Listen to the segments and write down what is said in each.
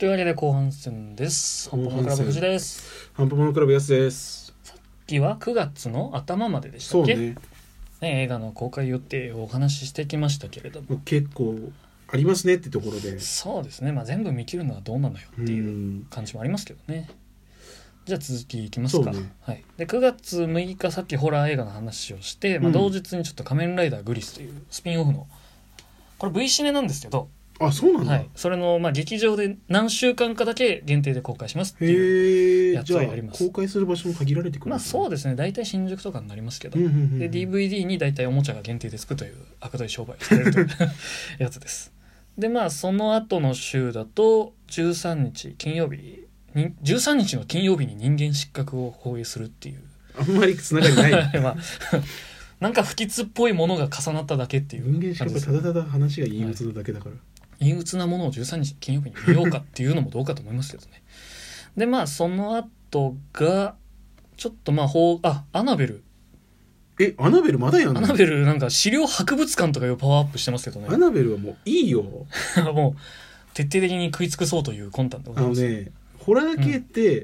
というわけで後半戦です。ハンパモノクラブ藤です。 ハンパモノクラブ安です。 さっきは9月の頭まででしたっけ。 そうね。 映画の公開予定をお話ししてきましたけれども、 結構ありますねってところで。 そうですね、全部見切るのはどうなのよっていう感じもありますけどね。じゃあ続きいきますか、 ね。 はい、で9月6日さっきホラー映画の話をして、同日にちょっと仮面ライダーグリスというスピンオフのこれ V シネなんですけど、 あ、そうなんだ、 はい、それの劇場で何週間かだけ限定で公開しますっていうやつをやります。 じゃあ公開する場所も限られてくる、 そうですね、大体新宿とかになりますけど、で DVD に大体おもちゃが限定でつくという悪どい商売をされるというやつです。でその後の週だと13日金曜日に13日の金曜日に人間失格を放映するっていう、 あんまりつながりないなんか不吉っぽいものが重なっただけっていう人間失格ただただ話が陰鬱なだけだから、 陰鬱なものを13日金曜日に見ようかっていうのもどうかと思いますけどね。でその後がちょっとアナベルアナベルまだやんの。 アナベルなんか資料博物館とかいうパワーアップしてますけどね。 アナベルはもういいよもう徹底的に食い尽くそうという魂胆でございます。 ホラー系って、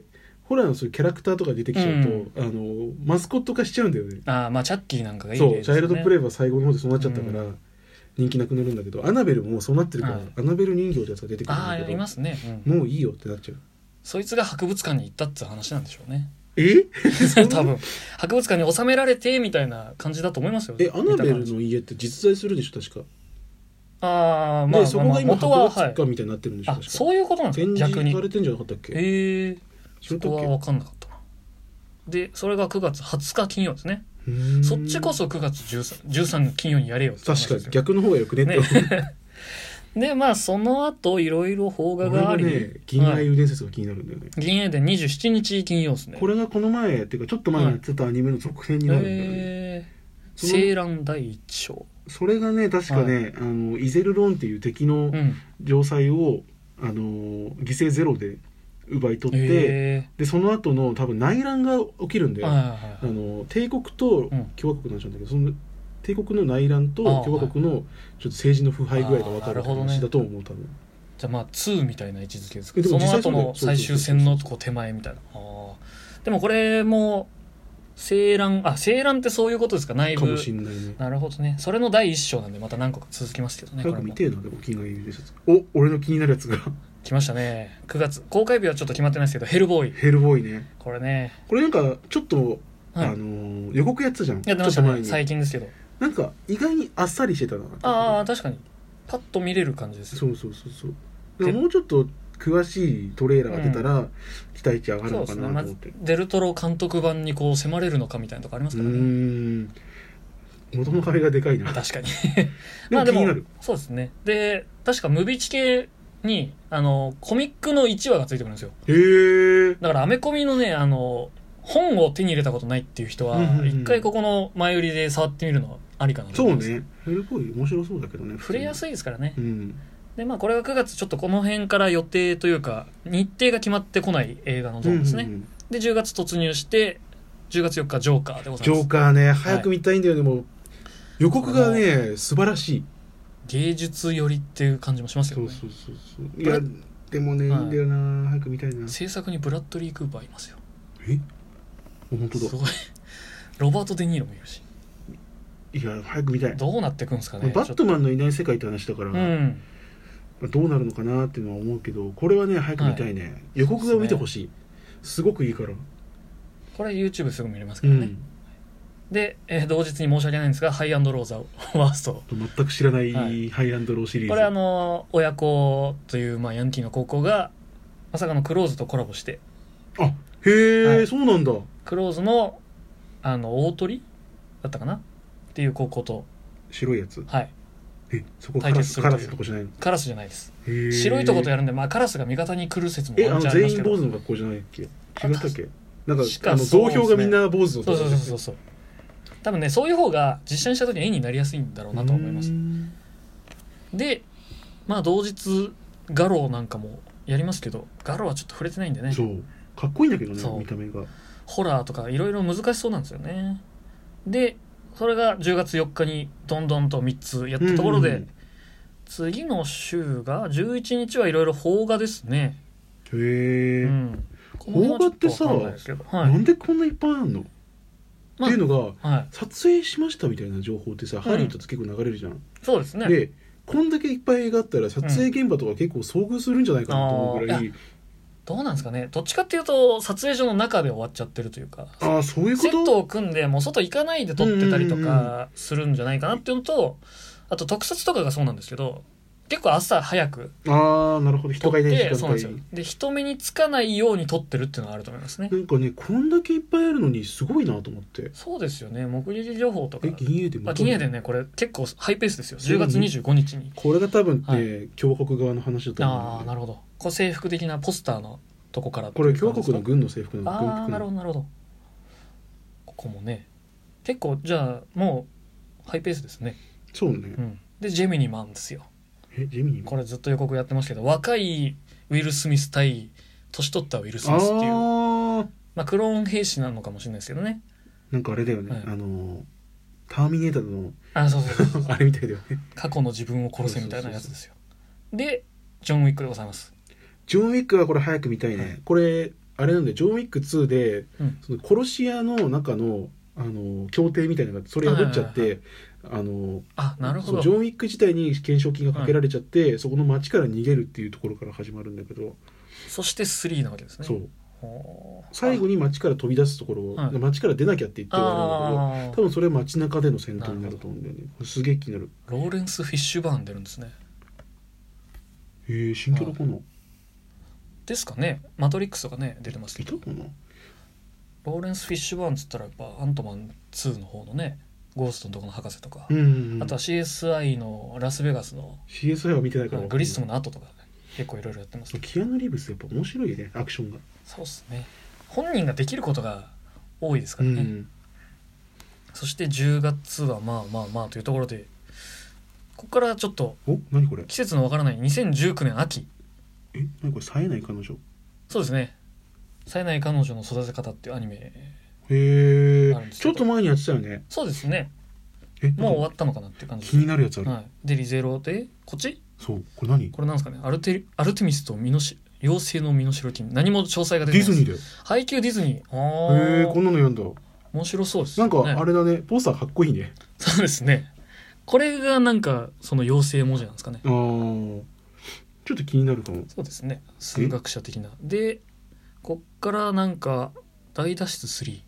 ホラーのそういうキャラクターとか出てきちゃうと、マスコット化しちゃうんだよね。 チャッキーなんかがいいですね。 そうチャイルドプレイは最後の方でそうなっちゃったから、人気なくなるんだけど、アナベルももうそうなってるから、アナベル人形ってやつが出てくるんだけど、 いますね、 もういいよってなっちゃう。 そいつが博物館に行ったって話なんでしょうね。多分博物館に収められてみたいな感じだと思いますよ。 アナベルの家って実在するでしょ確か。 でそこが今博物館みたいになってるんでしょ、確か。 そういうことなんですか。 展示されてんじゃなかったっけ。 そこは分かんなかったな。でそれが9月20日金曜ですね。そっちこそ9月 13金曜にやれよって話ですよ。 確かに逆の方がよくねってねでその後いろいろ邦画があり、 銀河英雄伝説が気になるんだよね。 銀英伝27日金曜ですね。 これがこの前っていうかちょっと前にやってたアニメの続編になるんだよね。 青蘭第一章。それがね確かね、イゼルロンっていう敵の城塞を、犠牲ゼロで奪い取って、でその後の多分内乱が起きるんだよ、帝国と共和国なんだけど、その帝国の内乱と共和国のちょっと政治の腐敗具合が分かる話だと思う。多分じゃ2みたいな位置づけですか。その後の最終戦の手前みたいな。でもこれも青蘭ってそういうことですか。内部かもしんないね。なるほどね。それの第一章なんでまた何個か続きますけどね。 早く見てえな。でも金河英雄伝説、俺の気になるやつが来ましたね。9月公開日はちょっと決まってないですけど、ヘルボーイね。これなんかちょっと、予告やってたじゃん。 やってましたね。最近ですけど、 なんか意外にあっさりしてたな。 確かにパッと見れる感じですよ。 そうもうちょっと詳しいトレーラーが出たら、期待値上がるのかなと思って、 デルトロ監督版に迫れるのかみたいなとこありますからね。 元の壁がでかいな。 確かにでも気になる。 そうですね。で確かムビチ系にコミックの1話がついてくるんですよ。だからアメコミのね本を手に入れたことないっていう人は一回ここの前売りで触ってみるのはありかなと思います。 そうね。ヘルボーイ面白そうだけどね。 触れやすいですからね。でこれが9月ちょっとこの辺から予定というか日程が決まってこない映画のゾーンですね。で10月突入して10月4日ジョーカーでございます。 ジョーカーね、早く見たいんだよね。もう予告がね素晴らしい。本芸術寄りっていう感じもしますよね。 そういやでもね、いいんだよな。早く見たいな。 制作にブラッドリー・クーパーいますよ。 本当だ。 すごい。ロバート・デ・ニーロもいるし。 いや早く見たい。 どうなってくんですかね。 バットマンのいない世界って話だから、どうなるのかなっていうのは思うけど、これはね早く見たいね。予告が見てほしい。すごくいいから。これ YouTube すぐ見れますからね。で、同日に申し訳ないんですが、ハイ&ローザワースト。 全く知らないハイ&ローシリーズ。 これ親子というヤンキーの高校がまさかのクローズとコラボして。 そうなんだ。 クローズの大鳥だったかなっていう高校と白いやつ。そこ対決する。 カラスのとこじゃないの。 カラスじゃないです。白いとことやるんで、カラスが味方に来る説もワンチャンありますけど。全員坊主の学校じゃないっけ。違ったっけ。なんか同票がみんな坊主のとこ。 そう多分ね、そういう方が実写にした時に絵になりやすいんだろうなと思います。で同日ガローなんかもやりますけど、ガローはちょっと触れてないんでね。 そうかっこいいんだけどね、見た目が。 ホラーとかいろいろ難しそうなんですよね。でそれが10月4日にどんどんと3つやったところで、次の週が11日はいろいろ邦画ですね。 へえ、 うん、 邦画ってさ、なんでこんないっぱいあるの、っていうのが、撮影しましたみたいな情報ってさ、ハリウッドって結構流れるじゃん。 そうですね。 でこんだけいっぱい映画あったら撮影現場とか結構遭遇するんじゃないかなと思うぐらい、 どうなんですかね。どっちかっていうと撮影所の中で終わっちゃってるというか、 そういうこと。 セットを組んでもう外行かないで撮ってたりとかするんじゃないかなっていうのと、あと特撮とかがそうなんですけど、結構朝早くなるほど、人がいない時間帯。 そうなんですよ。で人目につかないように撮ってるっていうのがあると思いますね。 なんかね、こんだけいっぱいあるのにすごいなと思って。 そうですよね。目撃情報とか。 銀英伝も。 銀英伝ね、これ結構ハイペースですよ。10月25日に。 これが多分ね、峡谷側の話だと思う。 なるほど。これ制服的なポスターのとこからこれ峡谷の軍の制服の。 なるほどなるほど。ここもね、結構じゃあもうハイペースですね。 そうね。 でジェミニマンですよ。 ジェミニマン、 これずっと予告やってますけど、若いウィル・スミス対年取ったウィル・スミスっていう、クローン兵士なのかもしれないですけどね。 なんかあれだよね、ターミネーターのそうあれみたいだよね。 過去の自分を殺せみたいなやつですよ。でジョン・ウィックでございます。 ジョン・ウィックはこれ早く見たいね。これあれなんで、ジョン・ウィック2で、その殺し屋の中の協定みたいなのがそれ破っちゃって、 なるほど。 ジョン・ウィック自体に懸賞金がかけられちゃって、そこの街から逃げるっていうところから始まるんだけど、 そして3なわけですね。 そう、最後に街から飛び出すところ、街から出なきゃって言ってはあるんだけど、多分それは街中での戦闘になると思うんだよね。すげえ気になる。 ローレンス・フィッシュバーン出るんですね。 新キャラかな、 ですかね。マトリックスとかね出てますけど。 いたかな。 ローレンス・フィッシュバーンっつったらやっぱアントマン2の方のね、ゴーストのとこの博士とか、あとは CSI のラスベガスの CSI は見てないからグリスムの後とか、結構いろいろやってます。 キアヌ・リーブスやっぱ面白いね、アクションが。 そうっすね。本人ができることが多いですからね。そして10月はまあというところで、ここからちょっと何これ、 季節のわからない2019年秋。 何これ、冴えない彼女。 そうですね。冴えない彼女の育て方っていうアニメ。 ちょっと前にやってたよね。 そうですね。もう終わったのかなっていう感じ。 気になるやつある。 でリゼロでこっち。 そう、これ何？ これなんですかね。アルテミスと妖精の身代金。何も詳細が出てないです。 ディズニーだよ。 配給ディズニー。 こんなのやんだ。 面白そうですね。なんかあれだね、ポスターかっこいいね。 そうですね。これがなんかその妖精文字なんですかね。 ちょっと気になるかも。 そうですね。数学者的な。でこっからなんか大脱出3。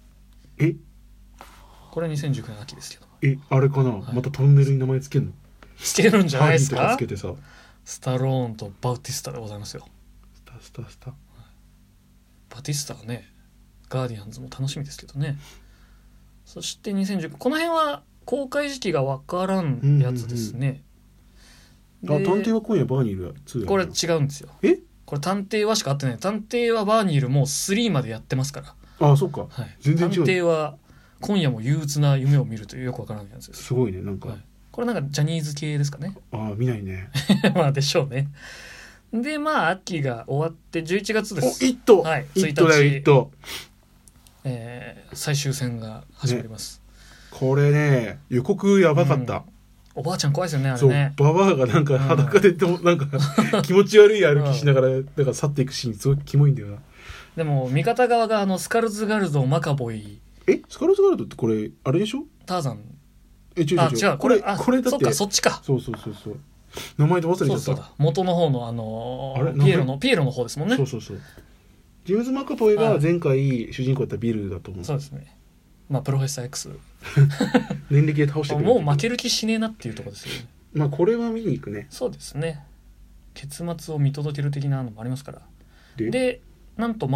これは2019年秋ですけど。 あれかな、またトンネルに名前つけるの？ つけるんじゃないですか。 つけてさ、 スタローンとバウティスタでございますよ。 スタバティスタがね、ガーディアンズも楽しみですけどね。そして2019、この辺は公開時期が分からんやつですね。 探偵は今夜バーニール2。 これ違うんですよ。これ探偵はしか合ってない。探偵はバーニールもう3までやってますから。 そっか、 全然違う。探偵は今夜も憂鬱な夢を見るというよくわからないやつです。 すごいね、なんか、 これなんかジャニーズ系ですかね。 見ないね。 まあでしょうね。で秋が終わって11月です。 イット、 1日最終戦が始まります、 これね、予告やばかった、 おばあちゃん怖いですよね、あれね。 そう、ババアがなんか裸でなんか気持ち悪い歩きしながらなんか去っていくシーンすごいキモいんだよな。 でも味方側がスカルズガルド、マカボイ。 スカルズガルドってこれあれでしょ？ ターザン。 違う、これだってそっちか。 そう名前で忘れちゃった。 そうだ、元の方のピエロの方ですもんね。 そうジェームズ・マカボイが前回主人公だったビルだと思う。 そうですね。プロフェッサー X 年齢で倒してくれる。 もう負ける気しねえなっていうところですよね。 これは見に行くね。 そうですね。結末を見届ける的なのもありますから。でなんと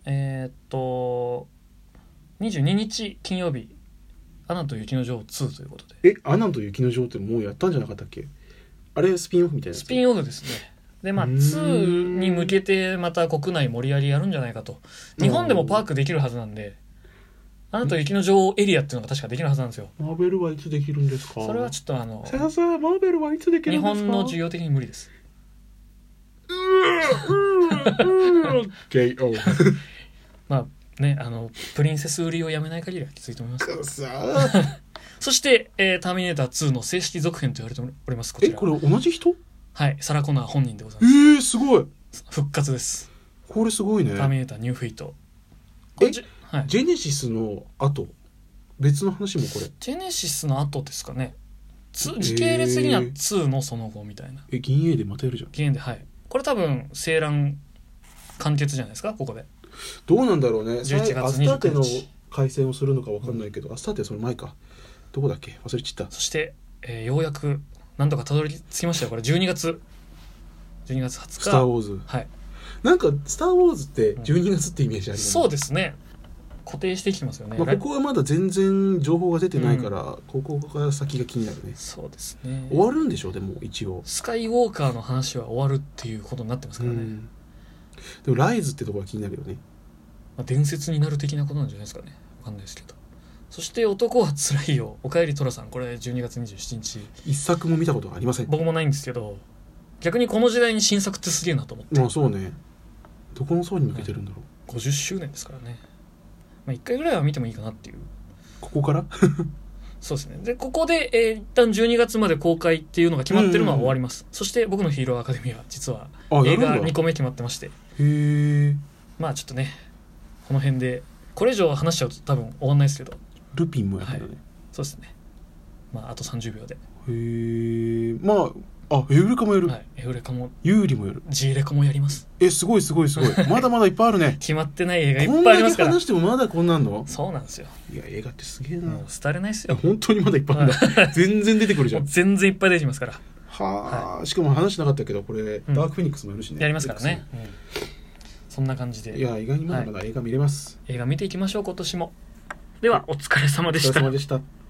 22日金曜日、アナと雪の女王2ということで。 アナと雪の女王ってもうやったんじゃなかったっけ？あれスピンオフみたいな。 スピンオフですね。で2に向けてまた国内盛り上げやるんじゃないかと。日本でもパークできるはずなんで、アナと雪の女王エリアっていうのが確かできるはずなんですよ。 マーベルはいつできるんですか？ それはちょっと先生、マーベルはいつできるんですか？ 日本の需要的に無理です。 KO プリンセス売りをやめない限りはきついと思います。そして、ターミネーター2の正式続編と言われております。こちらこれ同じ人？ はい、サラ・コナー本人でございます。 すごい。 復活です。 これすごいね。 ターミネーターニューフェイト。 はい、ジェネシスの後別の話もこれ。 ジェネシスの後ですかね。時系列的には2のその後みたいな。 銀 A でまたやるじゃん。 銀 A で、はい。これ多分青蘭完結じゃないですか、ここで。 どうなんだろうね。 11月29日。 アスターテの回線をするのか分かんないけど、アスターテその前か。どこだっけ忘れちゃった。 そして、ようやくなんとかたどり着きましたよ。これ12月20日。 スター・ウォーズ。 はい。 なんかスター・ウォーズって12月ってイメージありますね。 そうですね。固定してきてますよね。 ここはまだ全然情報が出てないから、ここから先が気になるね。 そうですね。 終わるんでしょでも一応。 スカイウォーカーの話は終わるっていうことになってますからね。 でもライズってところが気になるよね。 伝説になる的なことなんじゃないですかね。わかんないですけど。そして男はつらいよ。おかえりトラさん。これ12月27日。 一作も見たことがありません。 僕もないんですけど、逆にこの時代に新作ってすげえなと思って。 まあそうね。どこの層に向けてるんだろう。50周年ですからね。1回ぐらいは見てもいいかなっていう。 ここからそうですね。でここで、一旦12月まで公開っていうのが決まってるのは終わります。そして僕のヒーローアカデミアは実は映画2個目決まってまして。 へえ。 まあちょっとね、この辺でこれ以上話しちゃうと多分終わんないですけど。 ルピンもやったね、はい、 そうですね。まああと30秒で。 へえ。まあエウレカもやる。 はい、エウレカも。 ユーリもやる。 G レカもやります。 すごいすごいすごい。まだまだいっぱいあるね。 決まってない映画いっぱいありますから。 こんだけ話してもまだこんなんの。 そうなんですよ。 いや映画ってすげえな。 もう廃れないですよ。 本当にまだいっぱいあるんだ。全然出てくるじゃん。 全然いっぱい出てきますから。 はあ。しかも話しなかったけどこれ、ダークフェニックスもやるしね。 やりますからね。そんな感じで。 いや意外にまだまだ映画見れます。 映画見ていきましょう今年も。ではお疲れ様でした。 お疲れ様でした。